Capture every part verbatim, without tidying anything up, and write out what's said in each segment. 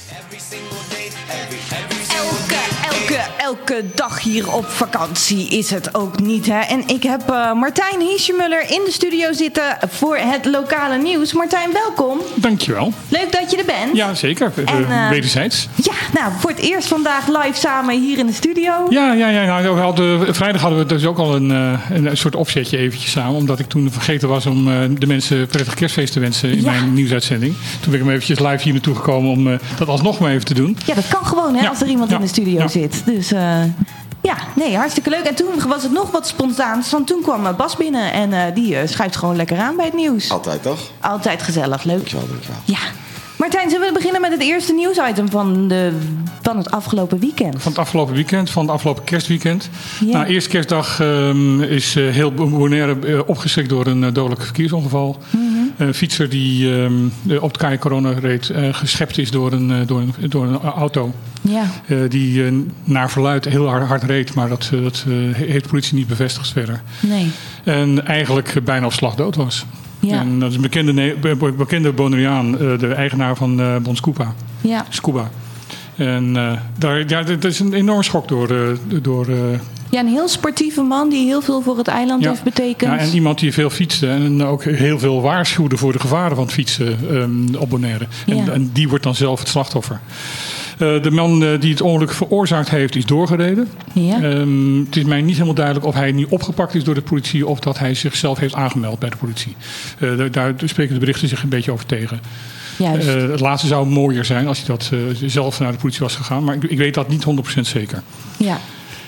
Elke, elke, elke dag hier op vakantie is het ook niet, hè? En ik heb uh, Martijn Hiesemuller in de studio zitten voor het lokale nieuws. Martijn, welkom. Dankjewel. Leuk dat je er bent. Ja, zeker. En, uh, Wederzijds. Ja, nou, voor het eerst vandaag live samen hier in de studio. Ja, ja, ja. Nou, we hadden, vrijdag hadden we dus ook al een, een, een soort opzetje eventjes samen. Omdat ik toen vergeten was om uh, de mensen prettig kerstfeest te wensen in ja. mijn nieuwsuitzending. Toen ben ik hem eventjes live hier naartoe gekomen om uh, dat alsnog maar even te doen. Ja, dat kan gewoon, hè, ja. als er iemand ja. in de studio ja. zit. Dus uh, ja, nee, hartstikke leuk. En toen was het nog wat spontaans, want toen kwam uh, Bas binnen en uh, die uh, schuift gewoon lekker aan bij het nieuws. Altijd, toch? Altijd gezellig, leuk. Dankjewel, dankjewel. Ja. Martijn, zullen we beginnen met het eerste nieuwsitem van, de, van het afgelopen weekend? Van het afgelopen weekend, van het afgelopen kerstweekend. Ja. Nou, eerste kerstdag um, is uh, heel Bonaire uh, opgeschrikt door een uh, dodelijk verkeersongeval. Mm-hmm. Een fietser die um, op de Kaaien Corona reed, uh, geschept is door een, uh, door een, door een auto. Ja. Uh, die uh, naar verluidt heel hard, hard reed, maar dat, uh, dat uh, heeft de politie niet bevestigd verder. Nee. En eigenlijk uh, bijna op slag dood was. Ja. En dat is een bekende, bekende Bonaireaan, de eigenaar van uh, Bon Scuba. Ja. Scuba. En uh, daar, ja, dat is een enorm schok door... Uh, door uh, ja, een heel sportieve man die heel veel voor het eiland ja. heeft betekend. Ja, en iemand die veel fietste en ook heel veel waarschuwde voor de gevaren van het fietsen um, op Bonaire. En, ja. en die wordt dan zelf het slachtoffer. Uh, de man uh, die het ongeluk veroorzaakt heeft, is doorgereden. Ja. Um, het is mij niet helemaal duidelijk of hij niet opgepakt is door de politie of dat hij zichzelf heeft aangemeld bij de politie. Uh, daar, daar spreken de berichten zich een beetje over tegen. Uh, het laatste zou mooier zijn als hij dat uh, zelf naar de politie was gegaan. Maar ik, ik weet dat niet honderd procent zeker. Ja.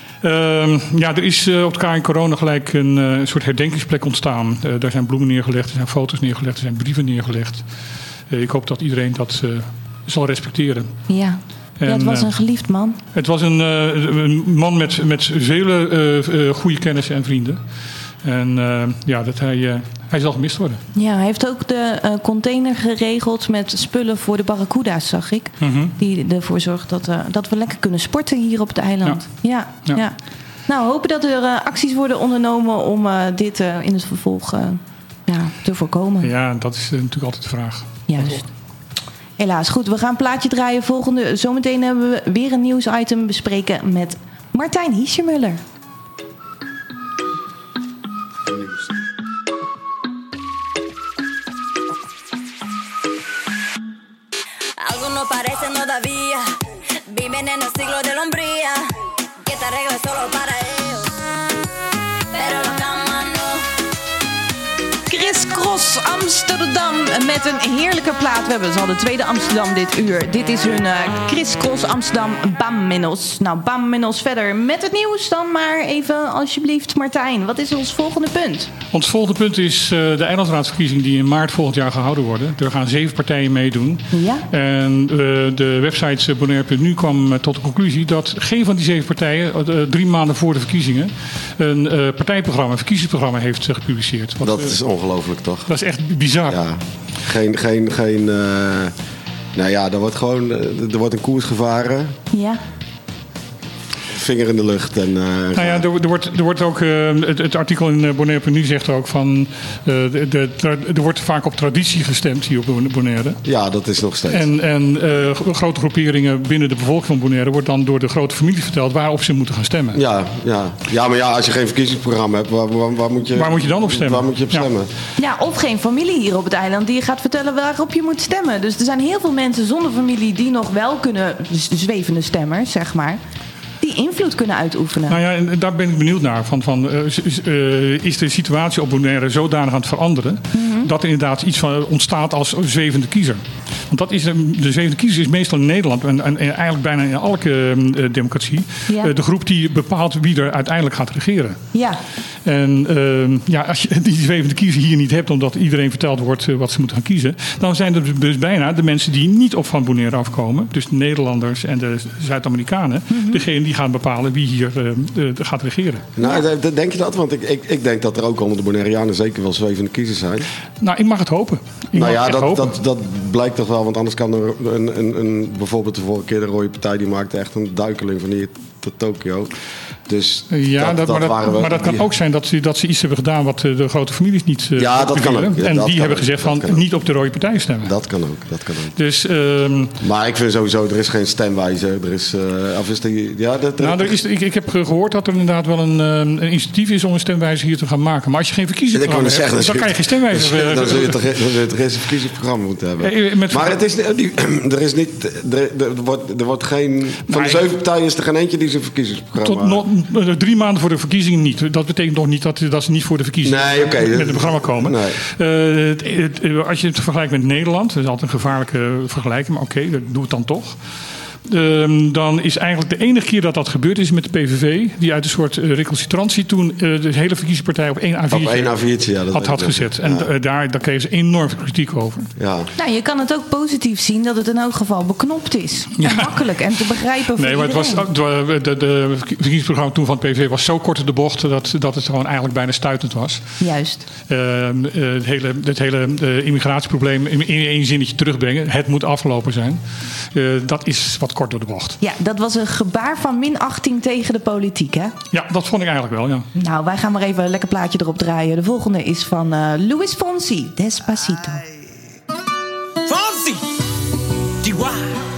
Uh, ja, er is uh, op de Kaaien Corona gelijk een, uh, een soort herdenkingsplek ontstaan. Uh, daar zijn bloemen neergelegd, er zijn foto's neergelegd, er zijn brieven neergelegd. Uh, ik hoop dat iedereen dat uh, zal respecteren. Ja. En, ja, het was een geliefd man. Het was een, uh, een man met, met vele uh, uh, goede kennissen en vrienden. En uh, ja, dat hij, uh, hij zal gemist worden. Ja, hij heeft ook de uh, container geregeld met spullen voor de barracuda's, zag ik. Mm-hmm. Die ervoor zorgt dat, uh, dat we lekker kunnen sporten hier op het eiland. Ja, ja. ja. ja. Nou, we hopen dat er uh, acties worden ondernomen om uh, dit uh, in het vervolg uh, ja, te voorkomen. Ja, dat is uh, natuurlijk altijd de vraag. Juist. Helaas, goed. We gaan een plaatje draaien. Volgende. Zometeen hebben we weer een nieuwsitem bespreken met Martijn Hiesemuller. Algunos parecen todavía viven en el siglo de la hombría que te arregla solo para ellos pero la cama no. Chris Cross Amsterdam met een heerlijke plaat. We hebben dus al de tweede Amsterdam dit uur. Dit is hun uh, Chris Cross Amsterdam Bam Minnels. Nou, Bam Minnels verder met het nieuws dan maar even alsjeblieft Martijn. Wat is ons volgende punt? Ons volgende punt is uh, de eilandsraadsverkiezing die in maart volgend jaar gehouden worden. Er gaan zeven partijen meedoen. Ja. En uh, de website bonaire punt nu kwam uh, tot de conclusie dat geen van die zeven partijen uh, drie maanden voor de verkiezingen een uh, partijprogramma, een verkiezingsprogramma heeft uh, gepubliceerd. Wat, dat is ongelooflijk, toch? Dat is echt bizar. Ja, geen, geen, geen, uh, nou ja, er wordt gewoon, uh, er wordt een koers gevaren. Ja. Vinger in de lucht. En, uh, nou ja, er, er, wordt, er wordt ook, uh, het, het artikel in bonaire punt nu zegt er ook van, uh, de, de, er wordt vaak op traditie gestemd hier op Bonaire. Ja, dat is nog steeds. En, en uh, grote groeperingen binnen de bevolking van Bonaire wordt dan door de grote familie verteld waarop ze moeten gaan stemmen. Ja, ja. ja maar ja, als je geen verkiezingsprogramma hebt, waar, waar, waar, moet, je, waar moet je dan op stemmen? Waar moet je op stemmen? Ja. ja, of geen familie hier op het eiland die je gaat vertellen waarop je moet stemmen. Dus er zijn heel veel mensen zonder familie die nog wel kunnen, dus zwevende stemmers, zeg maar, die invloed kunnen uitoefenen. Nou ja, en daar ben ik benieuwd naar. Van, van, uh, uh, is de situatie op Bonaire zodanig aan het veranderen, mm-hmm, dat er inderdaad iets van ontstaat als zwevende kiezer? Want dat is, de zwevende kiezer is meestal in Nederland en, en, en eigenlijk bijna in elke uh, democratie ja. uh, de groep die bepaalt wie er uiteindelijk gaat regeren. Ja. En uh, ja, als je die zwevende kiezer hier niet hebt, omdat iedereen verteld wordt uh, wat ze moeten gaan kiezen, dan zijn er dus bijna de mensen die niet op van Bonaire afkomen, dus de Nederlanders en de Zuid-Amerikanen, mm-hmm, degene die gaan bepalen wie hier uh, uh, gaat regeren. Nou, ja. Denk je dat? Want ik, ik, ik denk dat er ook onder de Bonaireanen zeker wel zwevende kiezers zijn. Nou, ik mag het hopen. Ik nou ja, dat, hopen. Dat, dat blijkt toch wel, want anders kan er een, een, een bijvoorbeeld de vorige keer de Rode Partij, die maakte echt een duikeling van hier tot Tokio. Dus ja, dat, dat, dat maar, dat, waren we, maar dat kan die, ook zijn dat ze, dat ze iets hebben gedaan wat de grote families niet uh, ja, dat kan ook. Ja, en dat die kan hebben ook. gezegd van niet op de rode partij stemmen. Dat kan ook. Dat kan ook. Dus, um, maar ik vind sowieso, er is geen stemwijzer. Er is, uh, of is die, ja, dat, nou, er is, ik, ik heb gehoord dat er inderdaad wel een, een initiatief is om een stemwijzer hier te gaan maken. Maar als je geen verkiezingsprogramma hebt, dan, dan kan je geen stemwijzer hebben. Dan zul je toch geen verkiezingsprogramma moeten hebben. Met maar het is, er is niet, er, er, wordt, er wordt geen, van de zeven partijen is er geen eentje die zijn verkiezingsprogramma... Tot no, drie maanden voor de verkiezingen niet. Dat betekent nog niet dat, dat ze niet voor de verkiezingen nee, okay. met het programma komen. Nee. Uh, het, het, als je het vergelijkt met Nederland, dat is altijd een gevaarlijke vergelijking, maar oké, okay, dat doe het dan toch. Um, dan is eigenlijk de enige keer dat dat gebeurd is met de P V V... die uit een soort uh, recalcitrantie toen uh, de hele verkiezingspartij op één A viertje, op één A viertje ja, dat had, had gezet. Ja. En uh, daar, daar kregen ze enorm veel kritiek over. Ja. Nou, je kan het ook positief zien dat het in elk geval beknopt is. Ja. En makkelijk en te begrijpen voor nee, maar het was, iedereen. de, de verkiezingsprogramma toen van het P V V was zo kort in de bocht... dat, dat het gewoon eigenlijk bijna stuitend was. Juist. Uh, uh, het hele, het hele uh, immigratieprobleem in één zinnetje terugbrengen. Het moet afgelopen zijn. Uh, dat is wat kort door de bocht. Ja, dat was een gebaar van minachting tegen de politiek, hè? Ja, dat vond ik eigenlijk wel, ja. Nou, wij gaan maar even een lekker plaatje erop draaien. De volgende is van uh, Luis Fonsi, Despacito. Fonsi! Chihuahua!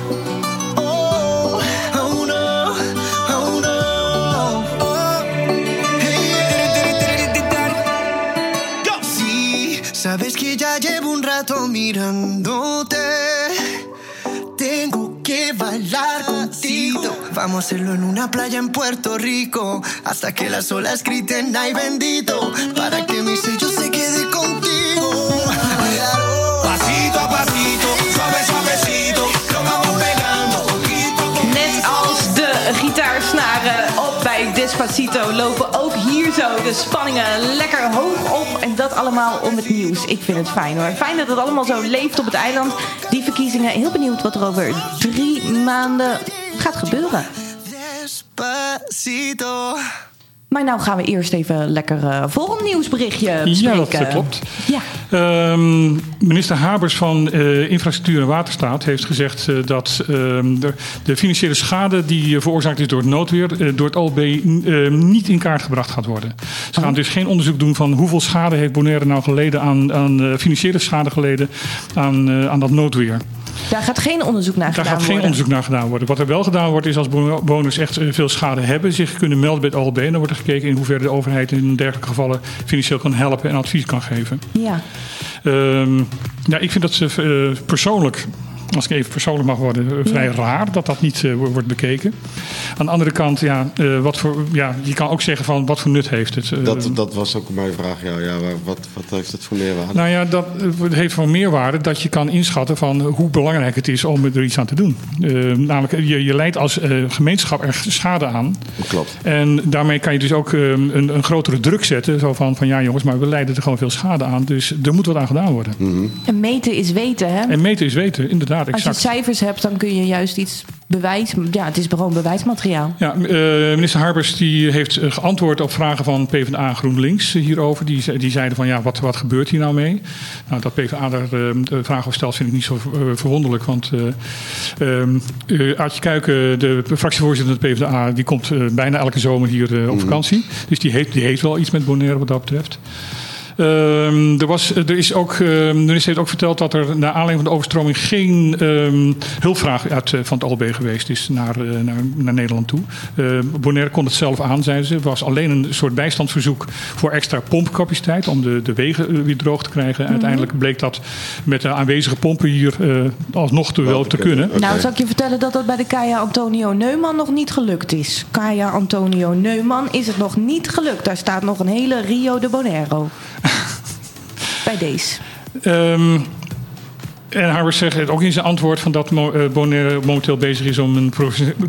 Sabes que ya llevo un rato mirándote. Tengo que bailar contigo. Vamos a hacerlo en una playa en Puerto Rico. Hasta que las olas griten ay bendito. Para que mi sello se quede contigo. Pasito a pasito, suave suavecito. Lo vamos pegando poquito. Net als de gitaarsnaren op bij Despacito lopen ook hier zo de spanningen lekker hoog op. En dat allemaal om het nieuws. Ik vind het fijn hoor. Fijn dat het allemaal zo leeft op het eiland. Die verkiezingen. Heel benieuwd wat er over drie maanden gaat gebeuren. Despacito. Maar nou gaan we eerst even lekker uh, volgend nieuwsberichtje bespreken. Ja, dat klopt. Ja. Um, minister Habers van uh, Infrastructuur en Waterstaat heeft gezegd uh, dat um, de, de financiële schade die uh, veroorzaakt is door het noodweer uh, door het O L B uh, niet in kaart gebracht gaat worden. Ze gaan oh. dus geen onderzoek doen van hoeveel schade heeft Bonaire nou geleden aan, aan uh, financiële schade geleden aan, uh, aan dat noodweer. Daar gaat geen onderzoek naar Daar gedaan gaat geen worden. onderzoek naar gedaan worden. Wat er wel gedaan wordt is als bewoners echt veel schade hebben, zich kunnen melden bij het O L B. En dan wordt er gekeken in hoeverre de overheid in dergelijke gevallen financieel kan helpen en advies kan geven. Ja. Um, ja, ik vind dat ze uh, persoonlijk, als ik even persoonlijk mag worden, uh, vrij ja. raar dat dat niet uh, wordt bekeken. Aan de andere kant, ja, uh, wat voor, ja, je kan ook zeggen van wat voor nut heeft het. Uh, dat, dat was ook mijn vraag, ja. ja wat, wat heeft het voor meerwaarde? Nou ja, dat het heeft voor meerwaarde dat je kan inschatten van hoe belangrijk het is om er iets aan te doen. Uh, namelijk, je, je leidt als uh, gemeenschap er schade aan. Klopt. En daarmee kan je dus ook uh, een, een grotere druk zetten. Zo van, van ja jongens, maar we leiden er gewoon veel schade aan. Dus er moet wat aan gedaan worden. Mm-hmm. En meten is weten, hè? En meten is weten, inderdaad. Exact. Als je cijfers hebt, dan kun je juist iets bewijs... Ja, het is gewoon bewijsmateriaal. Ja, uh, minister Harbers die heeft geantwoord op vragen van PvdA en GroenLinks hierover. Die, die zeiden van ja, wat, wat gebeurt hier nou mee? Nou, dat PvdA daar uh, vragen over stelt vind ik niet zo uh, verwonderlijk. Want uh, um, uh, Aartje Kuiken, de fractievoorzitter van de PvdA, die komt uh, bijna elke zomer hier uh, op vakantie. Dus die heeft, die heeft wel iets met Bonaire wat dat betreft. Um, er, was, er is ook, um, de minister heeft ook verteld dat er naar aanleiding van de overstroming geen um, hulpvraag uit, uh, van het O L B geweest is naar, uh, naar, naar Nederland toe. Uh, Bonaire kon het zelf aan, zeiden ze. Het was alleen een soort bijstandsverzoek voor extra pompcapaciteit om de, de wegen weer droog te krijgen. Mm-hmm. Uiteindelijk bleek dat met de aanwezige pompen hier uh, alsnog te, wel te kunnen. Okay. Nou, zal ik je vertellen dat dat bij de Kaya Antonio Neumann nog niet gelukt is. Kaya Antonio Neumann is het nog niet gelukt. Daar staat nog een hele Rio de Bonaire. Bij deze. Um, en Harbers zegt ook in zijn antwoord van dat Bonaire momenteel bezig is om een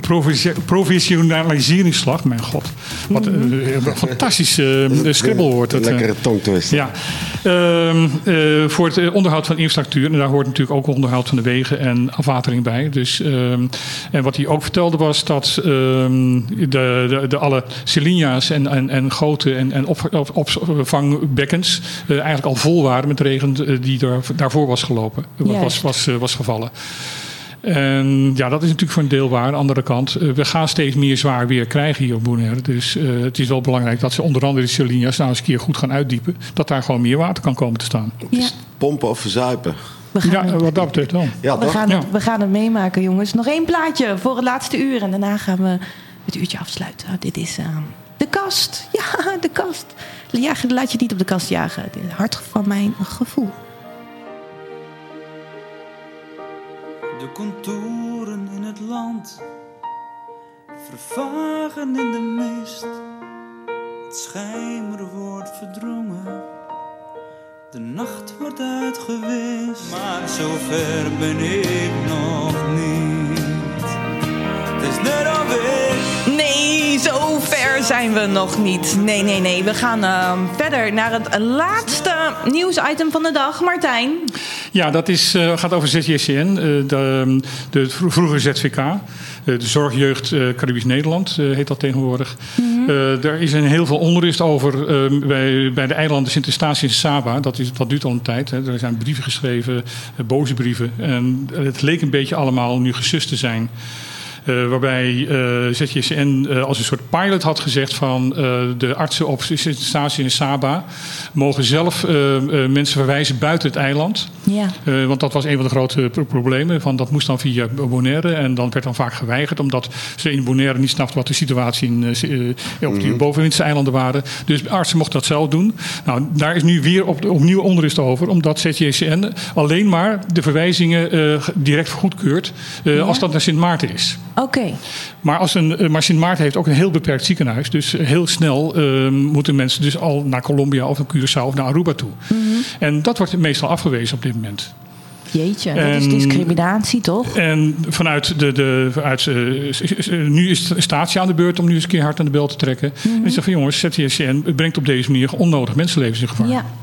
professionaliseringsslag. Mijn god, wat een uh, fantastisch uh, skribbelwoord. Een lekkere tongtwist. Ja. Uh, uh, voor het onderhoud van infrastructuur. En daar hoort natuurlijk ook onderhoud van de wegen en afwatering bij. Dus, uh, en wat hij ook vertelde was dat uh, de, de, de alle Selinia's en, en, en goten en, en op, opvangbekkens uh, eigenlijk al vol waren met regen uh, die er, daarvoor was gelopen. Was, was, was, was gevallen. En ja, dat is natuurlijk voor een deel waar. Aan de andere kant, uh, we gaan steeds meer zwaar weer krijgen hier op Bonaire. Dus uh, het is wel belangrijk dat ze onder andere de Salinias nou eens een keer goed gaan uitdiepen. Dat daar gewoon meer water kan komen te staan. Ja. Pompen of verzuipen? Ja, het, wat dat betreft wel. Ja, we, gaan ja. het, we gaan het meemaken, jongens. Nog één plaatje voor het laatste uur. En daarna gaan we het uurtje afsluiten. Dit is uh, de kast. Ja, de kast. Ja, laat je niet op de kast jagen. Het hart van mijn gevoel. De contouren in het land vervagen in de mist. Het schijmer wordt verdrongen. De nacht wordt uitgewist. Maar zover ben ik nog niet. Het is net alweer. Nee, zo ver zijn we nog niet. Nee, nee, nee. We gaan uh, verder naar het laatste nieuwsitem van de dag. Martijn. Ja, dat is, uh, gaat over Z J C N, uh, de, de vroegere Z V K. Uh, de Zorgjeugd uh, Caribisch Nederland uh, heet dat tegenwoordig. Mm-hmm. Uh, er is een heel veel onrust over uh, bij, bij de eilanden Sint Eustatius en Saba. Dat, is, dat duurt al een tijd. Hè. Er zijn brieven geschreven, uh, boze brieven. En het leek een beetje allemaal nu gesust te zijn. Uh, waarbij uh, Z J C N uh, als een soort pilot had gezegd van uh, de artsen op Sint Eustatius en Saba mogen zelf uh, uh, mensen verwijzen buiten het eiland. Ja. Uh, want dat was een van de grote pro- problemen. Van dat moest dan via Bonaire en dan werd dan vaak geweigerd omdat ze in Bonaire niet snapten wat de situatie in, uh, uh, op die mm-hmm. bovenwindse eilanden waren. Dus artsen mochten dat zelf doen. Nou, daar is nu weer op, opnieuw onrust over, omdat Z J C N alleen maar de verwijzingen uh, direct goedkeurt uh, ja. als dat naar Sint Maarten is. Oké. Okay. Maar, als een, maar Sint Maarten heeft ook een heel beperkt ziekenhuis. Dus heel snel uh, moeten mensen dus al naar Colombia of naar Curaçao of naar Aruba toe. Mm-hmm. En dat wordt meestal afgewezen op dit moment. Jeetje, en, dat is discriminatie, toch? En vanuit de... de uit, uh, nu is Statie aan de beurt om nu eens een keer hard aan de bel te trekken. Mm-hmm. En ik zeg van jongens, Z J C N het brengt op deze manier onnodig mensenlevens in gevaar. Ja.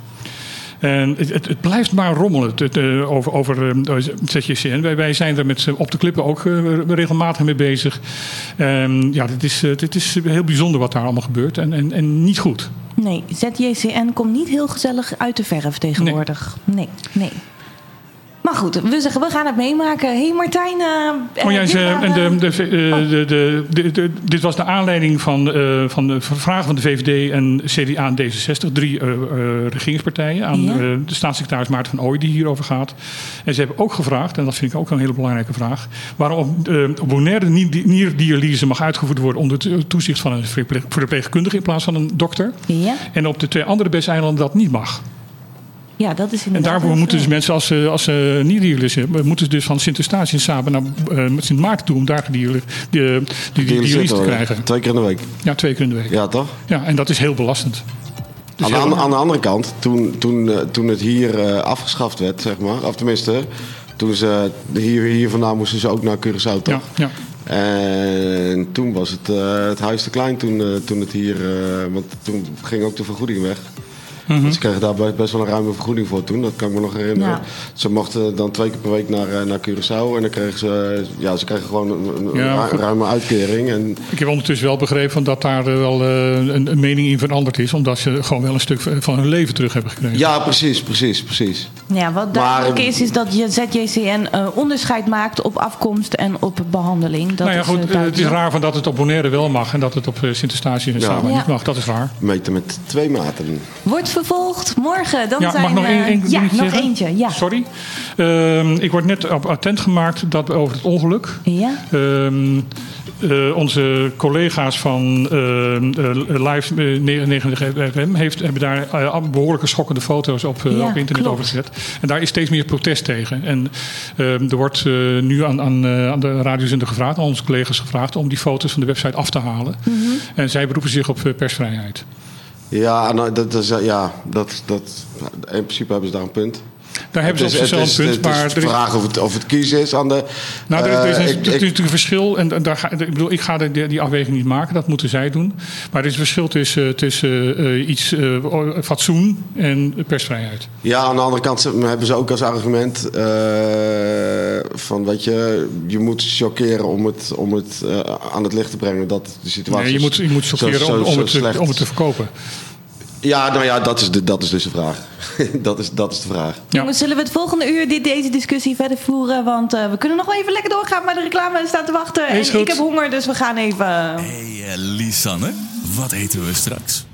En het, het, het blijft maar rommelen het, het, uh, over, over uh, Z J C N. Wij, wij zijn er met op de klippen ook uh, regelmatig mee bezig. Um, ja, dit is, uh, dit is heel bijzonder wat daar allemaal gebeurt. En, en, en niet goed. Nee, Z J C N komt niet heel gezellig uit de verf tegenwoordig. Nee, nee. nee. Maar goed, we zeggen, we gaan het meemaken. Hé hey Martijn. Uh, oh ja, ze, en de, de, de, oh. de, de, de, de, dit was de aanleiding van, uh, van de vragen van de V V D en C D A en D zesenzestig. Drie uh, uh, regeringspartijen aan ja. uh, de staatssecretaris Maarten van Ooij die hierover gaat. En ze hebben ook gevraagd, en dat vind ik ook een hele belangrijke vraag, waarom uh, op Bonaire nierdialyse mag uitgevoerd worden onder toezicht van een verpleegkundige in plaats van een dokter. Ja. En op de twee andere BES-eilanden dat niet mag. Ja, dat is en daarvoor moeten dus mensen, als ze, als ze nierdialyse hebben, moeten ze dus van Sint Eustatius en Saba naar uh, Sint Maarten toe om daar die, die, die, die dialyse te krijgen. Twee keer in de week? Ja, twee keer in de week. Ja, toch? Ja, en dat is heel belastend. Dus aan, heel... aan de andere kant, toen, toen, uh, toen het hier uh, afgeschaft werd, zeg maar, of tenminste, toen ze hier, hier vandaan moesten ze ook naar Curaçao, toch? Ja, ja. En toen was het, uh, het huis te klein toen, uh, toen het hier, uh, want toen ging ook de vergoeding weg. Mm-hmm. Ze kregen daar best wel een ruime vergoeding voor toen. Dat kan ik me nog herinneren. Ja. Ze mochten dan twee keer per week naar, naar Curaçao. En dan kregen ze... Ja, ze kregen gewoon een, ja, een ruime uitkering. En ik heb ondertussen wel begrepen dat daar wel een, een mening in veranderd is. Omdat ze gewoon wel een stuk van hun leven terug hebben gekregen. Ja, precies, precies, precies. Ja, wat duidelijk is, is dat je Z J C N uh, onderscheid maakt op afkomst en op behandeling. Dat nou ja, is, goed, uh, het is raar van dat het op Bonaire wel mag en dat het op uh, Sint Eustatius en Saba ja. niet mag. Dat is raar. Meten met twee maten. Wordt vervolgd morgen. Dan ja, zijn mag nog een, een, ja, nog zeggen? eentje. Ja. Sorry. Uh, ik word net op attent gemaakt dat over het ongeluk. Ja. Uh, uh, onze collega's van uh, uh, Live negenennegentig F M heeft, hebben daar uh, behoorlijke schokkende foto's op, uh, ja, op internet klopt. over gezet. En daar is steeds meer protest tegen. En uh, er wordt uh, nu aan, aan, uh, aan de radiozender gevraagd, aan onze collega's gevraagd, om die foto's van de website af te halen. Mm-hmm. En zij beroepen zich op uh, persvrijheid. Ja, nou, dat is, ja dat, dat, in principe hebben ze daar een punt. Daar hebben het ze op zichzelf een punt. Het is, het is de vraag of het, of het kiezen is aan de... Nou, er, er is, uh, is ik, natuurlijk ik, een verschil. En daar ga, ik bedoel, ik ga de, die afweging niet maken. Dat moeten zij doen. Maar er is een verschil tussen, tussen uh, iets uh, fatsoen en persvrijheid. Ja, aan de andere kant hebben ze ook als argument... Uh, van, weet je, je moet chockeren om het, om het uh, aan het licht te brengen. Dat de situatie nee, je moet, je moet chockeren om, om, het, om het te verkopen. Ja, nou ja, dat is, de, dat is dus de vraag. dat, is, dat is de vraag. Ja. Jongens, zullen we het volgende uur dit, deze discussie verder voeren? Want uh, we kunnen nog wel even lekker doorgaan, maar de reclame staat te wachten. En ik heb honger, dus we gaan even... Hé, hey, uh, Lisanne, wat eten we straks?